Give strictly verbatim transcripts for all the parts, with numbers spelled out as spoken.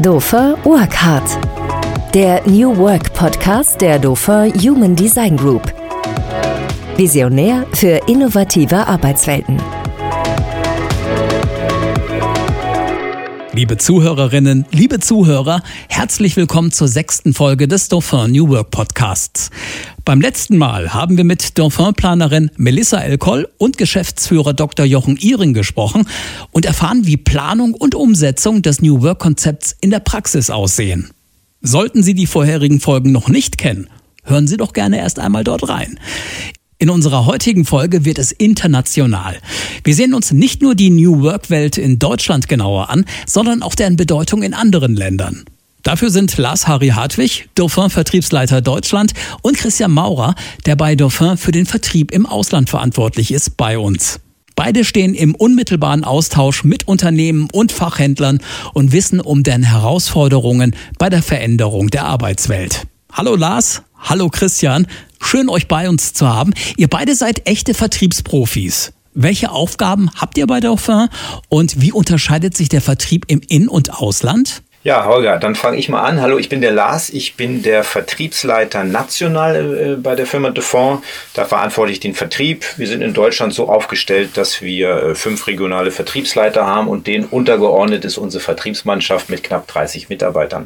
Dauphin Work Hard, der New Work Podcast der Dauphin Human Design Group. Visionär für innovative Arbeitswelten. Liebe Zuhörerinnen, liebe Zuhörer, herzlich willkommen zur sechsten Folge des Dauphin New Work Podcasts. Beim letzten Mal haben wir mit Dauphin-Planerin Melissa Elkoll und Geschäftsführer Doktor Jochen Ihring gesprochen und erfahren, wie Planung und Umsetzung des New Work-Konzepts in der Praxis aussehen. Sollten Sie die vorherigen Folgen noch nicht kennen, hören Sie doch gerne erst einmal dort rein. In unserer heutigen Folge wird es international. Wir sehen uns nicht nur die New Work-Welt in Deutschland genauer an, sondern auch deren Bedeutung in anderen Ländern. Dafür sind Lars-Harry Hartwig, Dauphin-Vertriebsleiter Deutschland, und Christian Maurer, der bei Dauphin für den Vertrieb im Ausland verantwortlich ist, bei uns. Beide stehen im unmittelbaren Austausch mit Unternehmen und Fachhändlern und wissen um deren Herausforderungen bei der Veränderung der Arbeitswelt. Hallo Lars, hallo Christian. Schön, euch bei uns zu haben. Ihr beide seid echte Vertriebsprofis. Welche Aufgaben habt ihr bei Dauphin und wie unterscheidet sich der Vertrieb im In- und Ausland? Ja, Holger, dann fange ich mal an. Hallo, ich bin der Lars. Ich bin der Vertriebsleiter national äh, bei der Firma Dauphin. Da verantworte ich den Vertrieb. Wir sind in Deutschland so aufgestellt, dass wir äh, fünf regionale Vertriebsleiter haben und denen untergeordnet ist unsere Vertriebsmannschaft mit knapp dreißig Mitarbeitern.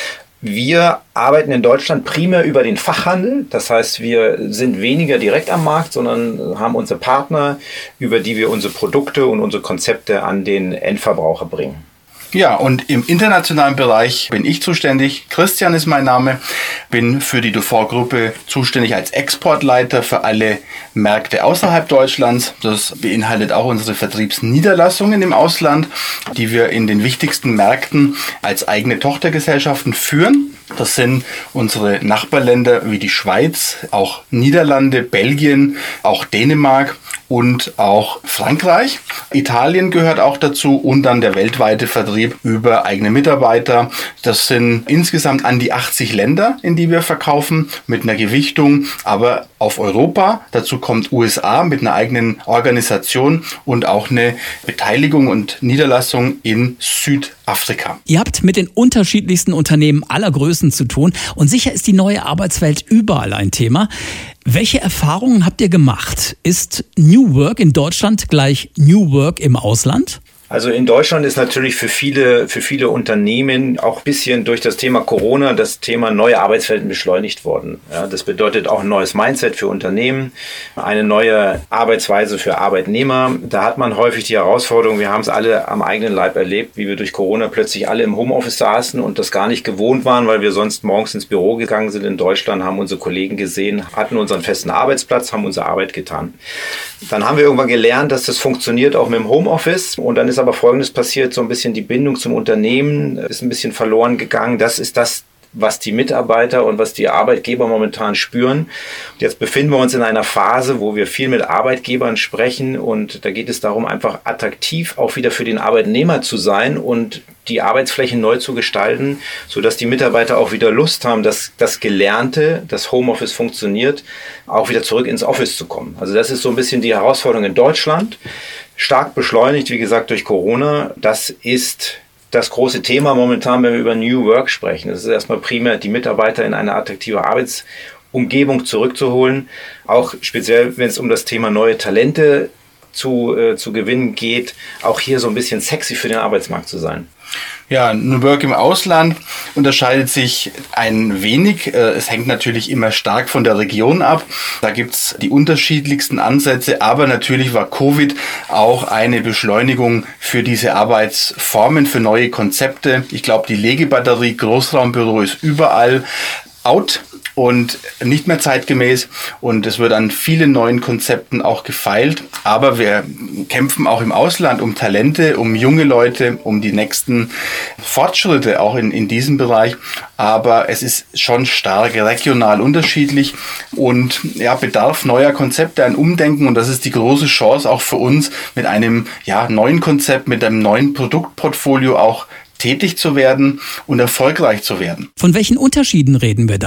Wir arbeiten in Deutschland primär über den Fachhandel. Das heißt, wir sind weniger direkt am Markt, sondern haben unsere Partner, über die wir unsere Produkte und unsere Konzepte an den Endverbraucher bringen. Ja, und im internationalen Bereich bin ich zuständig. Christian ist mein Name. Bin für die Dauphin-Gruppe zuständig als Exportleiter für alle Märkte außerhalb Deutschlands. Das beinhaltet auch unsere Vertriebsniederlassungen im Ausland, die wir in den wichtigsten Märkten als eigene Tochtergesellschaften führen. Das sind unsere Nachbarländer wie die Schweiz, auch Niederlande, Belgien, auch Dänemark und auch Frankreich. Italien gehört auch dazu und dann der weltweite Vertrieb über eigene Mitarbeiter. Das sind insgesamt an die achtzig Länder, in die wir verkaufen, mit einer Gewichtung, aber auf Europa. Dazu kommt U S A mit einer eigenen Organisation und auch eine Beteiligung und Niederlassung in Südafrika. Ihr habt mit den unterschiedlichsten Unternehmen aller Größen zu tun und sicher ist die neue Arbeitswelt überall ein Thema. Welche Erfahrungen habt ihr gemacht? Ist New Work in Deutschland gleich New Work im Ausland? Also in Deutschland ist natürlich für viele, für viele Unternehmen auch ein bisschen durch das Thema Corona das Thema neue Arbeitswelten beschleunigt worden. Ja, das bedeutet auch ein neues Mindset für Unternehmen, eine neue Arbeitsweise für Arbeitnehmer. Da hat man häufig die Herausforderung, wir haben es alle am eigenen Leib erlebt, wie wir durch Corona plötzlich alle im Homeoffice saßen und das gar nicht gewohnt waren, weil wir sonst morgens ins Büro gegangen sind in Deutschland, haben unsere Kollegen gesehen, hatten unseren festen Arbeitsplatz, haben unsere Arbeit getan. Dann haben wir irgendwann gelernt, dass das funktioniert auch mit dem Homeoffice und dann ist aber Folgendes passiert, so ein bisschen die Bindung zum Unternehmen ist ein bisschen verloren gegangen. Das ist das, was die Mitarbeiter und was die Arbeitgeber momentan spüren. Und jetzt befinden wir uns in einer Phase, wo wir viel mit Arbeitgebern sprechen und da geht es darum, einfach attraktiv auch wieder für den Arbeitnehmer zu sein und die Arbeitsflächen neu zu gestalten, sodass die Mitarbeiter auch wieder Lust haben, dass das Gelernte, das Homeoffice funktioniert, auch wieder zurück ins Office zu kommen. Also das ist so ein bisschen die Herausforderung in Deutschland. Stark beschleunigt, wie gesagt, durch Corona. Das ist das große Thema momentan, wenn wir über New Work sprechen. Das ist erstmal primär, die Mitarbeiter in eine attraktive Arbeitsumgebung zurückzuholen. Auch speziell, wenn es um das Thema neue Talente zu, äh, zu gewinnen geht, auch hier so ein bisschen sexy für den Arbeitsmarkt zu sein. Ja, New Work im Ausland unterscheidet sich ein wenig. Es hängt natürlich immer stark von der Region ab. Da gibt's die unterschiedlichsten Ansätze, aber natürlich war Covid auch eine Beschleunigung für diese Arbeitsformen, für neue Konzepte. Ich glaube, die Legebatterie, Großraumbüro ist überall out und nicht mehr zeitgemäß und es wird an vielen neuen Konzepten auch gefeilt, aber wir kämpfen auch im Ausland um Talente, um junge Leute, um die nächsten Fortschritte auch in, in diesem Bereich, aber es ist schon stark regional unterschiedlich und ja, bedarf neuer Konzepte, ein Umdenken und das ist die große Chance auch für uns mit einem ja, neuen Konzept, mit einem neuen Produktportfolio auch tätig zu werden und erfolgreich zu werden. Von welchen Unterschieden reden wir da?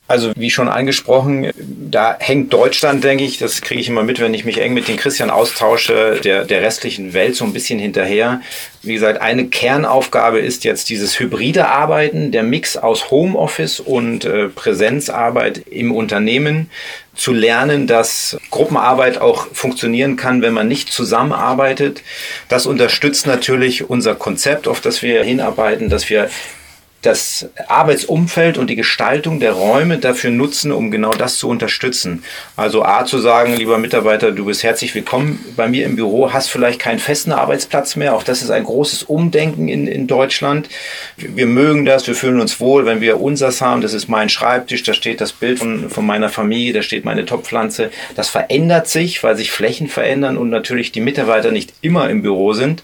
Also wie schon angesprochen, da hängt Deutschland, denke ich, das kriege ich immer mit, wenn ich mich eng mit den Christian austausche, der, der restlichen Welt so ein bisschen hinterher. Wie gesagt, eine Kernaufgabe ist jetzt dieses hybride Arbeiten, der Mix aus Homeoffice und äh, Präsenzarbeit im Unternehmen, zu lernen, dass Gruppenarbeit auch funktionieren kann, wenn man nicht zusammenarbeitet. Das unterstützt natürlich unser Konzept, auf das wir hinarbeiten, dass wir das Arbeitsumfeld und die Gestaltung der Räume dafür nutzen, um genau das zu unterstützen. Also A, zu sagen, lieber Mitarbeiter, du bist herzlich willkommen bei mir im Büro, hast vielleicht keinen festen Arbeitsplatz mehr. Auch das ist ein großes Umdenken in, in Deutschland. Wir mögen das, wir fühlen uns wohl, wenn wir unseres haben. Das ist mein Schreibtisch, da steht das Bild von, von meiner Familie, da steht meine Topfpflanze. Das verändert sich, weil sich Flächen verändern und natürlich die Mitarbeiter nicht immer im Büro sind.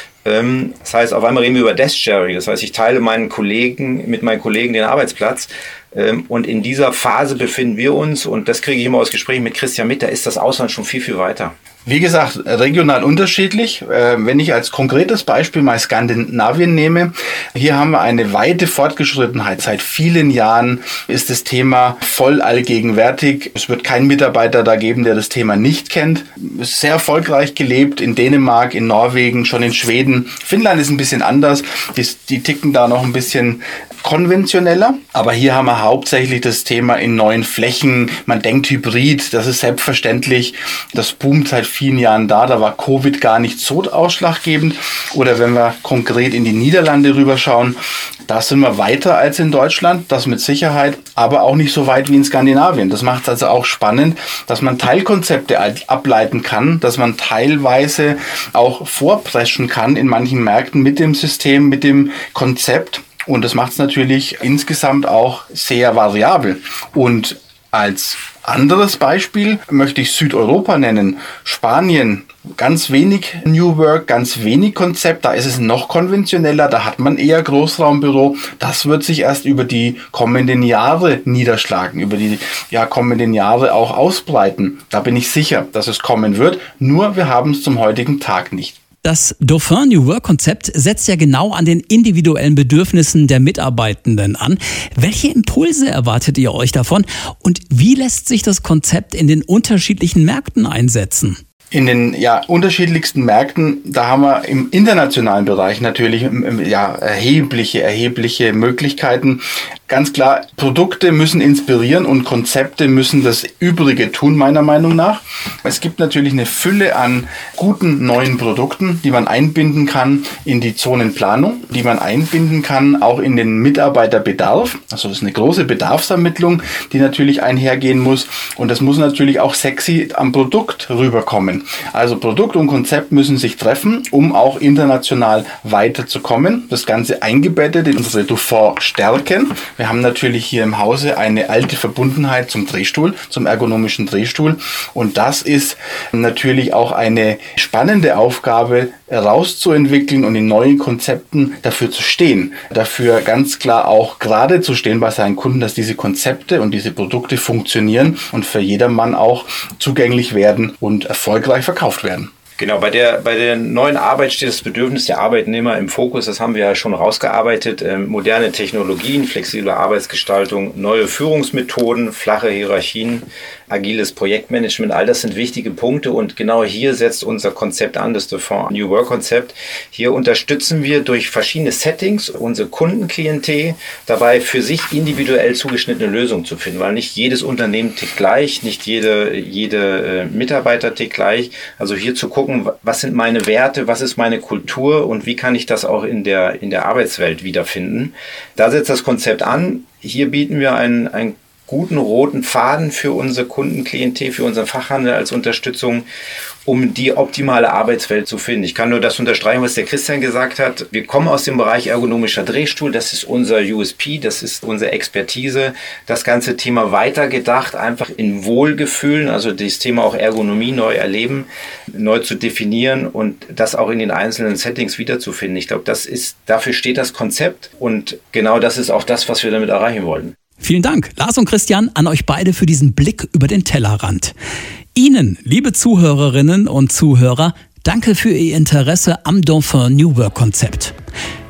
Das heißt, auf einmal reden wir über Desk-Sharing. Das heißt, ich teile meinen Kollegen, mit meinen Kollegen den Arbeitsplatz. Und in dieser Phase befinden wir uns. Und das kriege ich immer aus Gesprächen mit Christian mit. Da ist das Ausland schon viel, viel weiter. Wie gesagt, regional unterschiedlich. Wenn ich als konkretes Beispiel mal Skandinavien nehme, hier haben wir eine weite Fortgeschrittenheit. Seit vielen Jahren ist das Thema voll allgegenwärtig. Es wird keinen Mitarbeiter da geben, der das Thema nicht kennt. Es ist sehr erfolgreich gelebt in Dänemark, in Norwegen, schon in Schweden. Finnland ist ein bisschen anders. Die, die ticken da noch ein bisschen konventioneller. Aber hier haben wir hauptsächlich das Thema in neuen Flächen. Man denkt Hybrid, das ist selbstverständlich. Das boomt seit vielen Jahren da. Da war Covid gar nicht so ausschlaggebend. Oder wenn wir konkret in die Niederlande rüberschauen, da sind wir weiter als in Deutschland, das mit Sicherheit, aber auch nicht so weit wie in Skandinavien. Das macht es also auch spannend, dass man Teilkonzepte ableiten kann, dass man teilweise auch vorpreschen kann in manchen Märkten mit dem System, mit dem Konzept. Und das macht es natürlich insgesamt auch sehr variabel. Und als anderes Beispiel möchte ich Südeuropa nennen. Spanien, ganz wenig New Work, ganz wenig Konzept. Da ist es noch konventioneller, da hat man eher Großraumbüro. Das wird sich erst über die kommenden Jahre niederschlagen, über die ja, kommenden Jahre auch ausbreiten. Da bin ich sicher, dass es kommen wird. Nur wir haben es zum heutigen Tag nicht. Das Dauphin New Work Konzept setzt ja genau an den individuellen Bedürfnissen der Mitarbeitenden an. Welche Impulse erwartet ihr euch davon und wie lässt sich das Konzept in den unterschiedlichen Märkten einsetzen? In den ja, unterschiedlichsten Märkten, da haben wir im internationalen Bereich natürlich ja, erhebliche, erhebliche Möglichkeiten. Ganz klar, Produkte müssen inspirieren und Konzepte müssen das Übrige tun, meiner Meinung nach. Es gibt natürlich eine Fülle an guten neuen Produkten, die man einbinden kann in die Zonenplanung, die man einbinden kann auch in den Mitarbeiterbedarf. Also das ist eine große Bedarfsermittlung, die natürlich einhergehen muss. Und das muss natürlich auch sexy am Produkt rüberkommen. Also Produkt und Konzept müssen sich treffen, um auch international weiterzukommen. Das Ganze eingebettet in unsere Dauphin-Stärken. Wir haben natürlich hier im Hause eine alte Verbundenheit zum Drehstuhl, zum ergonomischen Drehstuhl. Und das ist natürlich auch eine spannende Aufgabe, rauszuentwickeln und in neuen Konzepten dafür zu stehen. Dafür ganz klar auch gerade zu stehen bei seinen Kunden, dass diese Konzepte und diese Produkte funktionieren und für jedermann auch zugänglich werden und erfolgreich verkauft werden. Genau, bei der, bei der neuen Arbeit steht das Bedürfnis der Arbeitnehmer im Fokus. Das haben wir ja schon rausgearbeitet. Ähm, moderne Technologien, flexible Arbeitsgestaltung, neue Führungsmethoden, flache Hierarchien, agiles Projektmanagement, all das sind wichtige Punkte und genau hier setzt unser Konzept an, das Dauphin New Work Konzept. Hier unterstützen wir durch verschiedene Settings unsere Kundenklientel dabei, für sich individuell zugeschnittene Lösungen zu finden, weil nicht jedes Unternehmen tickt gleich, nicht jede, jede äh, Mitarbeiter tickt gleich. Also hier zu gucken, was sind meine Werte, was ist meine Kultur und wie kann ich das auch in der, in der Arbeitswelt wiederfinden. Da setzt das Konzept an. Hier bieten wir ein, ein guten roten Faden für unsere Kundenklientel, für unseren Fachhandel als Unterstützung, um die optimale Arbeitswelt zu finden. Ich kann nur das unterstreichen, was der Christian gesagt hat. Wir kommen aus dem Bereich ergonomischer Drehstuhl. Das ist unser U S P, das ist unsere Expertise. Das ganze Thema weitergedacht, einfach in Wohlgefühlen, also das Thema auch Ergonomie neu erleben, neu zu definieren und das auch in den einzelnen Settings wiederzufinden. Ich glaube, das ist, dafür steht das Konzept und genau das ist auch das, was wir damit erreichen wollten. Vielen Dank, Lars und Christian, an euch beide für diesen Blick über den Tellerrand. Ihnen, liebe Zuhörerinnen und Zuhörer, danke für Ihr Interesse am Dauphin New Work Konzept.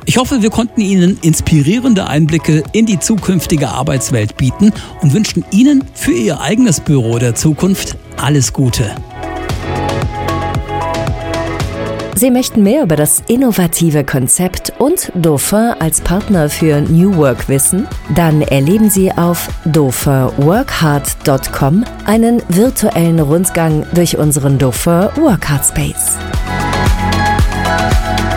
Ich hoffe, wir konnten Ihnen inspirierende Einblicke in die zukünftige Arbeitswelt bieten und wünschen Ihnen für Ihr eigenes Büro der Zukunft alles Gute. Sie möchten mehr über das innovative Konzept und Dauphin als Partner für New Work wissen? Dann erleben Sie auf dauphin workhard punkt com einen virtuellen Rundgang durch unseren Dauphin Workhard Space.